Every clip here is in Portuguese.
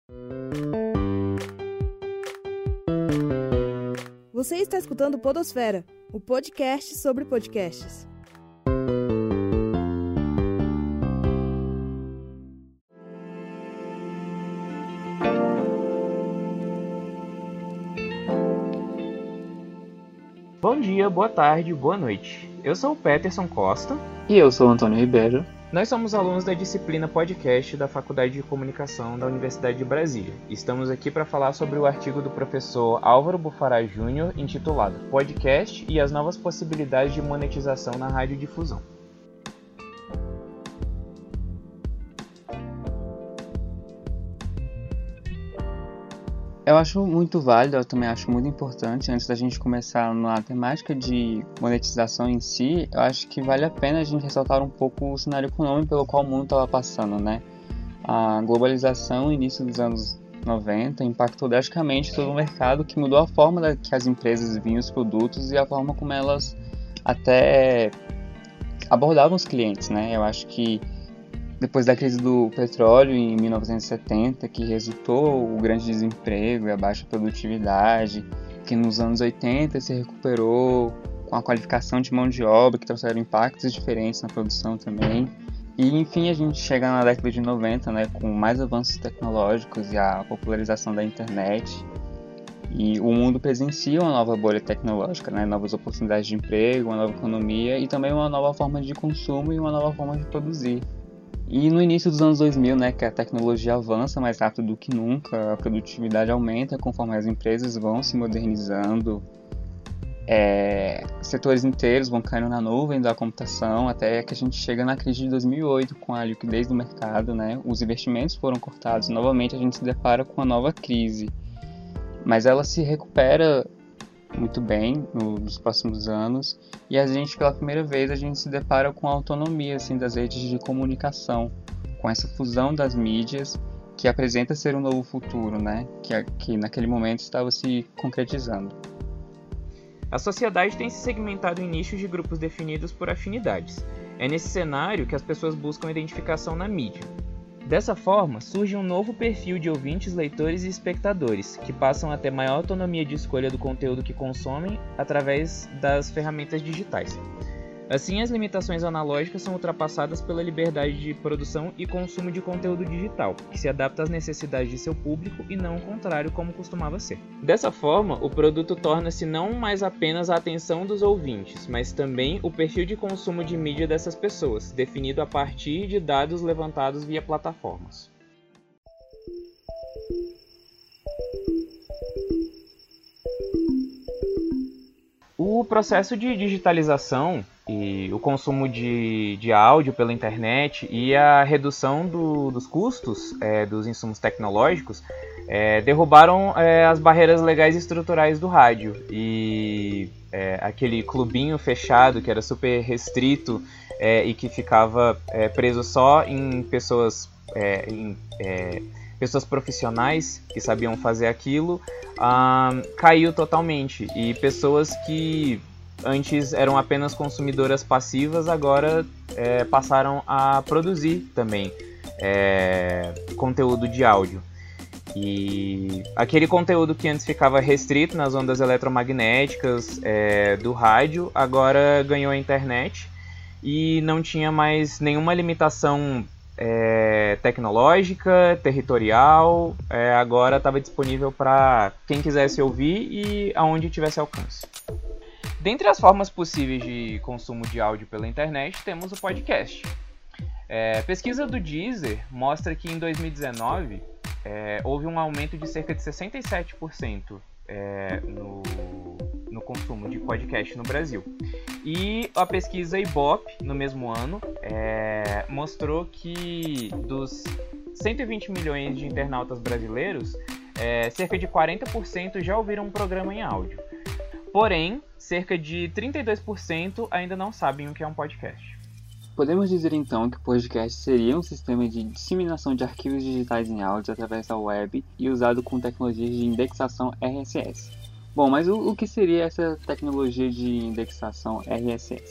Você está escutando Podosfera, o podcast sobre podcasts. Bom dia, boa tarde, boa noite. Eu sou o Peterson Costa. E eu sou o Antônio Ribeiro. Nós somos alunos da disciplina Podcast da Faculdade de Comunicação da Universidade de Brasília. Estamos aqui para falar sobre o artigo do professor Álvaro Bufará Júnior, intitulado Podcast e as novas possibilidades de monetização na radiodifusão. Eu acho muito válido, eu também acho muito importante, antes da gente começar na temática de monetização em si, eu acho que vale a pena a gente ressaltar um pouco o cenário econômico pelo qual o mundo estava passando, né? A globalização no início dos anos 90 impactou drasticamente todo o mercado, que mudou a forma que as empresas viam os produtos e a forma como elas até abordavam os clientes, né? Eu acho que depois da crise do petróleo em 1970, que resultou o grande desemprego e a baixa produtividade, que nos anos 80 se recuperou com a qualificação de mão de obra, que trouxeram impactos diferentes na produção também. E enfim, a gente chega na década de 90, né, com mais avanços tecnológicos e a popularização da internet. E o mundo presencia uma nova bolha tecnológica, né, novas oportunidades de emprego, uma nova economia e também uma nova forma de consumo e uma nova forma de produzir. E no início dos anos 2000, né, que a tecnologia avança mais rápido do que nunca, a produtividade aumenta conforme as empresas vão se modernizando, setores inteiros vão caindo na nuvem da computação, até que a gente chega na crise de 2008 com a liquidez do mercado, né, os investimentos foram cortados, novamente a gente se depara com uma nova crise, mas ela se recupera muito bem nos próximos anos e a gente pela primeira vez a gente se depara com a autonomia assim, das redes de comunicação, com essa fusão das mídias que apresenta ser um novo futuro, né? que naquele momento estava se concretizando. A sociedade tem se segmentado em nichos de grupos definidos por afinidades. É nesse cenário que as pessoas buscam identificação na mídia. Dessa forma, surge um novo perfil de ouvintes, leitores e espectadores, que passam a ter maior autonomia de escolha do conteúdo que consomem através das ferramentas digitais. Assim, as limitações analógicas são ultrapassadas pela liberdade de produção e consumo de conteúdo digital, que se adapta às necessidades de seu público e não o contrário como costumava ser. Dessa forma, o produto torna-se não mais apenas a atenção dos ouvintes, mas também o perfil de consumo de mídia dessas pessoas, definido a partir de dados levantados via plataformas. O processo de digitalização e o consumo de áudio pela internet e a redução dos custos dos insumos tecnológicos derrubaram as barreiras legais e estruturais do rádio. E aquele clubinho fechado que era super restrito e que ficava preso só em pessoas profissionais que sabiam fazer aquilo, caiu totalmente. E pessoas que antes eram apenas consumidoras passivas, agora passaram a produzir também conteúdo de áudio. E aquele conteúdo que antes ficava restrito nas ondas eletromagnéticas do rádio, agora ganhou a internet e não tinha mais nenhuma limitação tecnológica, territorial, agora estava disponível para quem quisesse ouvir e aonde tivesse alcance. Dentre as formas possíveis de consumo de áudio pela internet, temos o podcast. Pesquisa do Deezer mostra que em 2019 houve um aumento de cerca de 67% no consumo de podcast no Brasil. E a pesquisa Ibope, no mesmo ano, mostrou que dos 120 milhões de internautas brasileiros, cerca de 40% já ouviram um programa em áudio. Porém, cerca de 32% ainda não sabem o que é um podcast. Podemos dizer então que o podcast seria um sistema de disseminação de arquivos digitais em áudio através da web e usado com tecnologias de indexação RSS. Bom, mas o que seria essa tecnologia de indexação RSS?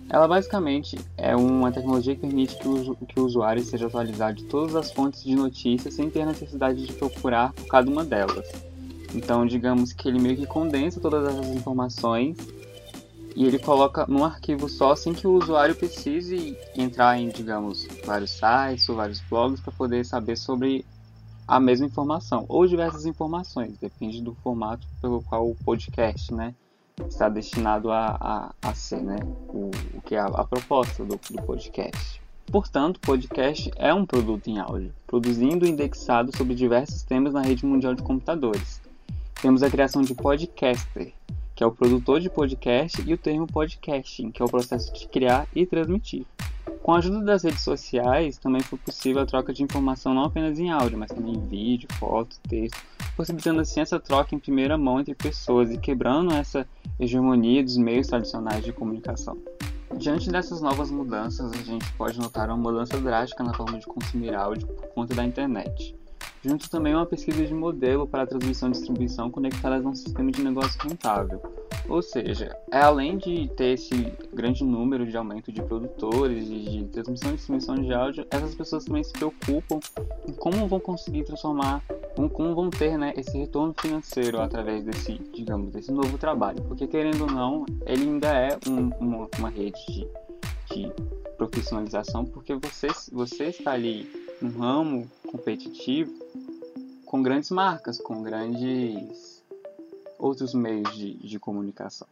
Ela basicamente é uma tecnologia que permite que o usuário seja atualizado de todas as fontes de notícias sem ter a necessidade de procurar por cada uma delas. Então, digamos que ele meio que condensa todas essas informações e ele coloca num arquivo só, sem que o usuário precise entrar em, digamos, vários sites ou vários blogs para poder saber sobre a mesma informação, ou diversas informações, depende do formato pelo qual o podcast, né, está destinado a ser, né, o que é a proposta do podcast. Portanto, o podcast é um produto em áudio, produzindo e indexado sobre diversos temas na rede mundial de computadores. Temos a criação de podcaster, que é o produtor de podcast, e o termo podcasting, que é o processo de criar e transmitir. Com a ajuda das redes sociais, também foi possível a troca de informação não apenas em áudio, mas também em vídeo, foto, texto, possibilitando assim essa troca em primeira mão entre pessoas e quebrando essa hegemonia dos meios tradicionais de comunicação. Diante dessas novas mudanças, a gente pode notar uma mudança drástica na forma de consumir áudio por conta da internet. Junto também uma pesquisa de modelo para a transmissão e distribuição conectadas a um sistema de negócio rentável. Ou seja, além de ter esse grande número de aumento de produtores e de transmissão e distribuição de áudio, essas pessoas também se preocupam em como vão conseguir transformar, como vão ter, né, esse retorno financeiro através desse novo trabalho. Porque, querendo ou não, ele ainda é uma rede de profissionalização, porque você está ali num ramo competitivo com grandes marcas, com grandes outros meios de comunicação.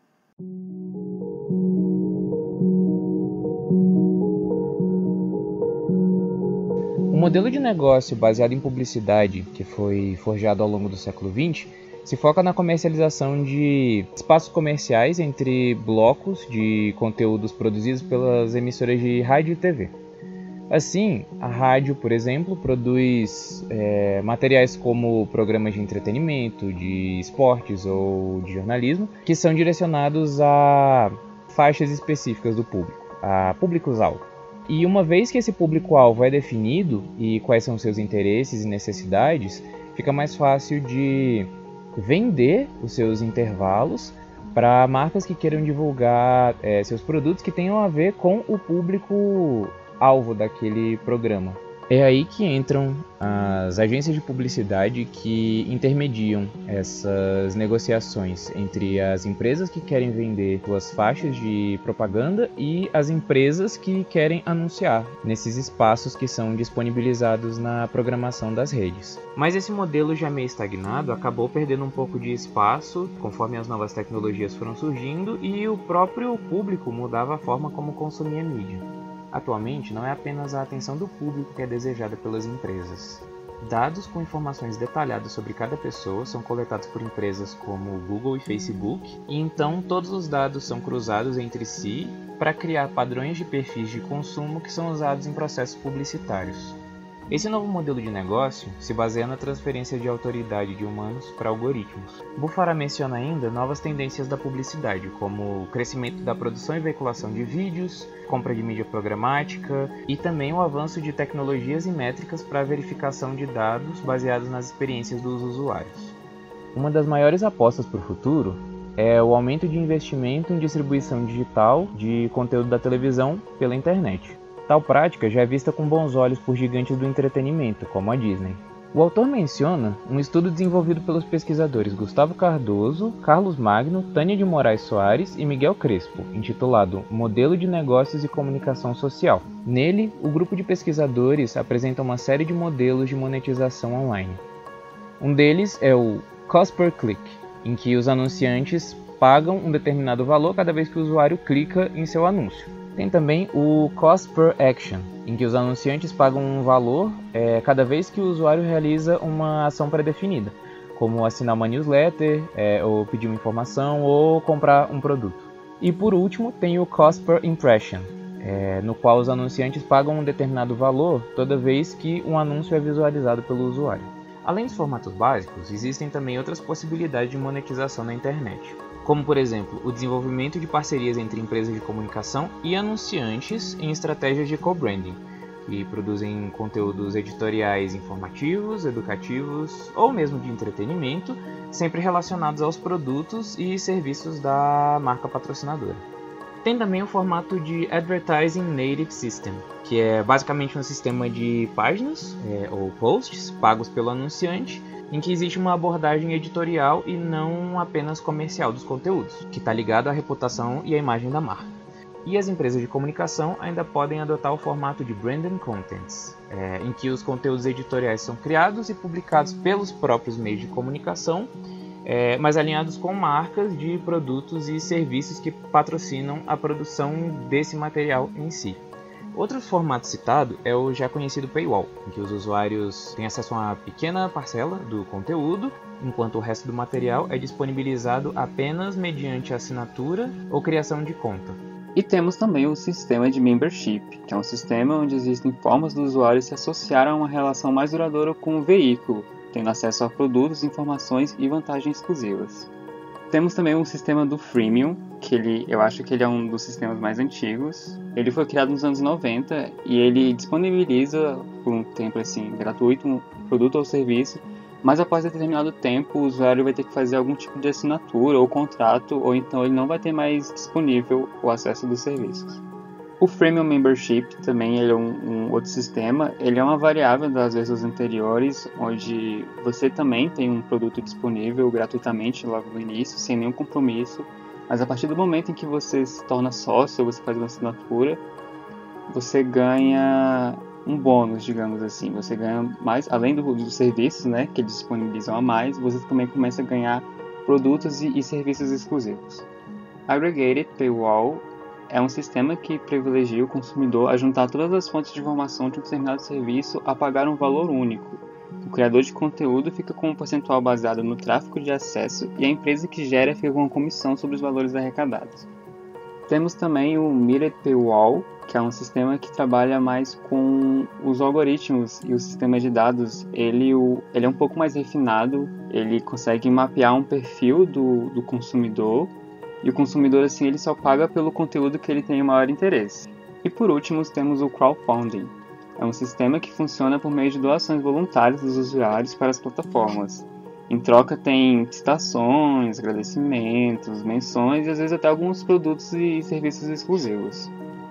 O modelo de negócio baseado em publicidade, que foi forjado ao longo do século XX, se foca na comercialização de espaços comerciais entre blocos de conteúdos produzidos pelas emissoras de rádio e TV. Assim, a rádio, por exemplo, produz materiais como programas de entretenimento, de esportes ou de jornalismo, que são direcionados a faixas específicas do público, a públicos-alvo. E uma vez que esse público-alvo é definido e quais são seus interesses e necessidades, fica mais fácil de vender os seus intervalos para marcas que queiram divulgar seus produtos que tenham a ver com o público-alvo daquele programa. É aí que entram as agências de publicidade que intermediam essas negociações entre as empresas que querem vender suas faixas de propaganda e as empresas que querem anunciar nesses espaços que são disponibilizados na programação das redes. Mas esse modelo já meio estagnado acabou perdendo um pouco de espaço conforme as novas tecnologias foram surgindo e o próprio público mudava a forma como consumia mídia. Atualmente, não é apenas a atenção do público que é desejada pelas empresas. Dados com informações detalhadas sobre cada pessoa são coletados por empresas como Google e Facebook, e então todos os dados são cruzados entre si para criar padrões de perfis de consumo que são usados em processos publicitários. Esse novo modelo de negócio se baseia na transferência de autoridade de humanos para algoritmos. Bufara menciona ainda novas tendências da publicidade, como o crescimento da produção e veiculação de vídeos, compra de mídia programática e também o avanço de tecnologias e métricas para a verificação de dados baseados nas experiências dos usuários. Uma das maiores apostas para o futuro é o aumento de investimento em distribuição digital de conteúdo da televisão pela internet. Tal prática já é vista com bons olhos por gigantes do entretenimento, como a Disney. O autor menciona um estudo desenvolvido pelos pesquisadores Gustavo Cardoso, Carlos Magno, Tânia de Moraes Soares e Miguel Crespo, intitulado Modelo de Negócios e Comunicação Social. Nele, o grupo de pesquisadores apresenta uma série de modelos de monetização online. Um deles é o Cost per Click, em que os anunciantes pagam um determinado valor cada vez que o usuário clica em seu anúncio. Tem também o Cost per Action, em que os anunciantes pagam um valor cada vez que o usuário realiza uma ação pré-definida, como assinar uma newsletter, ou pedir uma informação, ou comprar um produto. E por último, tem o Cost per Impression, no qual os anunciantes pagam um determinado valor toda vez que um anúncio é visualizado pelo usuário. Além dos formatos básicos, existem também outras possibilidades de monetização na internet, como, por exemplo, o desenvolvimento de parcerias entre empresas de comunicação e anunciantes em estratégias de co-branding, que produzem conteúdos editoriais informativos, educativos ou mesmo de entretenimento, sempre relacionados aos produtos e serviços da marca patrocinadora. Tem também o formato de Advertising Native System, que é basicamente um sistema de páginas ou posts pagos pelo anunciante, em que existe uma abordagem editorial e não apenas comercial dos conteúdos, que está ligado à reputação e à imagem da marca. E as empresas de comunicação ainda podem adotar o formato de Branded Contents, em que os conteúdos editoriais são criados e publicados pelos próprios meios de comunicação, mas alinhados com marcas de produtos e serviços que patrocinam a produção desse material em si. Outro formato citado é o já conhecido Paywall, em que os usuários têm acesso a uma pequena parcela do conteúdo, enquanto o resto do material é disponibilizado apenas mediante assinatura ou criação de conta. E temos também o sistema de Membership, que é um sistema onde existem formas do usuário se associar a uma relação mais duradoura com o veículo, tendo acesso a produtos, informações e vantagens exclusivas. Temos também um sistema do Freemium, que eu acho que ele é um dos sistemas mais antigos. Ele foi criado nos anos 90 e ele disponibiliza por um tempo assim, gratuito um produto ou serviço, mas após determinado tempo o usuário vai ter que fazer algum tipo de assinatura ou contrato, ou então ele não vai ter mais disponível o acesso dos serviços. O Freemium Membership também ele é um outro sistema, ele é uma variável das versões anteriores, onde você também tem um produto disponível gratuitamente logo no início, sem nenhum compromisso, mas a partir do momento em que você se torna sócio ou você faz uma assinatura, você ganha um bônus, digamos assim, você ganha mais, além dos serviços, né, que eles disponibilizam a mais, você também começa a ganhar produtos e serviços exclusivos. Aggregated Paywall é um sistema que privilegia o consumidor a juntar todas as fontes de informação de um determinado serviço a pagar um valor único. O criador de conteúdo fica com um percentual baseado no tráfego de acesso e a empresa que gera fica com uma comissão sobre os valores arrecadados. Temos também o Metered Paywall, que é um sistema que trabalha mais com os algoritmos e o sistema de dados. Ele é um pouco mais refinado, ele consegue mapear um perfil do consumidor, e o consumidor assim ele só paga pelo conteúdo que ele tem o maior interesse. E por último temos o crowdfunding. É um sistema que funciona por meio de doações voluntárias dos usuários para as plataformas. Em troca tem citações, agradecimentos, menções e às vezes até alguns produtos e serviços exclusivos.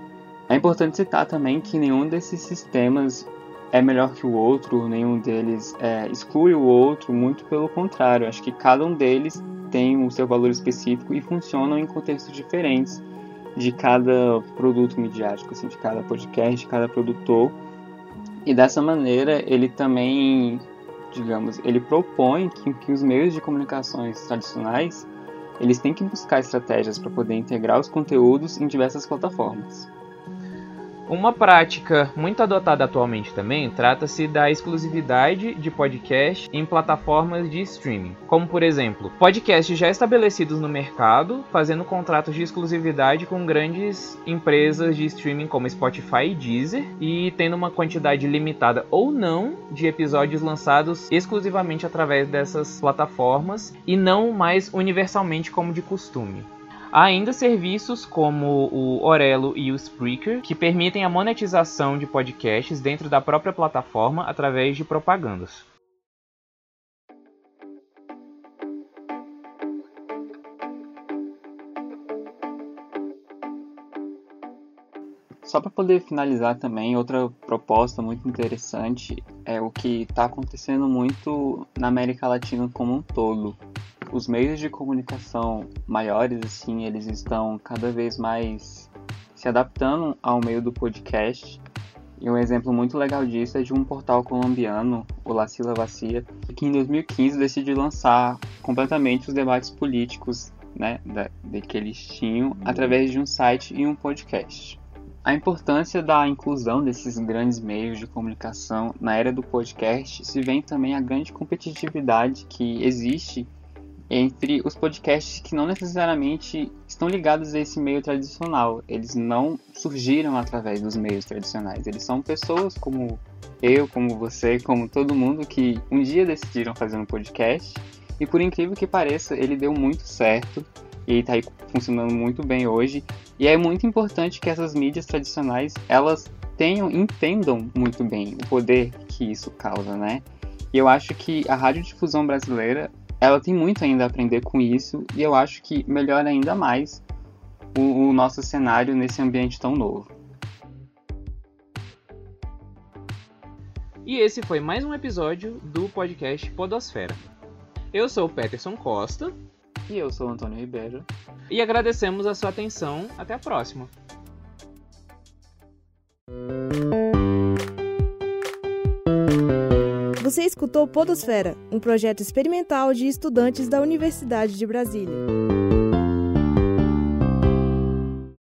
É importante citar também que nenhum desses sistemas é melhor que o outro, nenhum deles exclui o outro, muito pelo contrário. Acho que cada um deles tem o seu valor específico e funcionam em contextos diferentes de cada produto midiático, assim, de cada podcast, de cada produtor. E dessa maneira ele também, digamos, ele propõe que os meios de comunicações tradicionais eles têm que buscar estratégias para poder integrar os conteúdos em diversas plataformas. Uma prática muito adotada atualmente também trata-se da exclusividade de podcast em plataformas de streaming, como por exemplo, podcasts já estabelecidos no mercado, fazendo contratos de exclusividade com grandes empresas de streaming como Spotify e Deezer, e tendo uma quantidade limitada ou não de episódios lançados exclusivamente através dessas plataformas e não mais universalmente como de costume. Há ainda serviços como o Orelo e o Spreaker, que permitem a monetização de podcasts dentro da própria plataforma através de propagandas. Só para poder finalizar também, outra proposta muito interessante é o que está acontecendo muito na América Latina como um todo. Os meios de comunicação maiores, assim, eles estão cada vez mais se adaptando ao meio do podcast. E um exemplo muito legal disso é de um portal colombiano, o La Silla Vacía, que em 2015 decidiu lançar completamente os debates políticos, né, que eles tinham através de um site e um podcast. A importância da inclusão desses grandes meios de comunicação na era do podcast se vê também a grande competitividade que existe entre os podcasts que não necessariamente estão ligados a esse meio tradicional. Eles não surgiram através dos meios tradicionais. Eles são pessoas como eu, como você, como todo mundo que um dia decidiram fazer um podcast e, por incrível que pareça, ele deu muito certo e está aí funcionando muito bem hoje. E é muito importante que essas mídias tradicionais elas entendam muito bem o poder que isso causa, né? E eu acho que a radiodifusão brasileira ela tem muito ainda a aprender com isso, e eu acho que melhora ainda mais o nosso cenário nesse ambiente tão novo. E esse foi mais um episódio do podcast Podosfera. Eu sou o Peterson Costa. E eu sou o Antônio Ribeiro. E agradecemos a sua atenção. Até a próxima. Você escutou Podosfera, um projeto experimental de estudantes da Universidade de Brasília.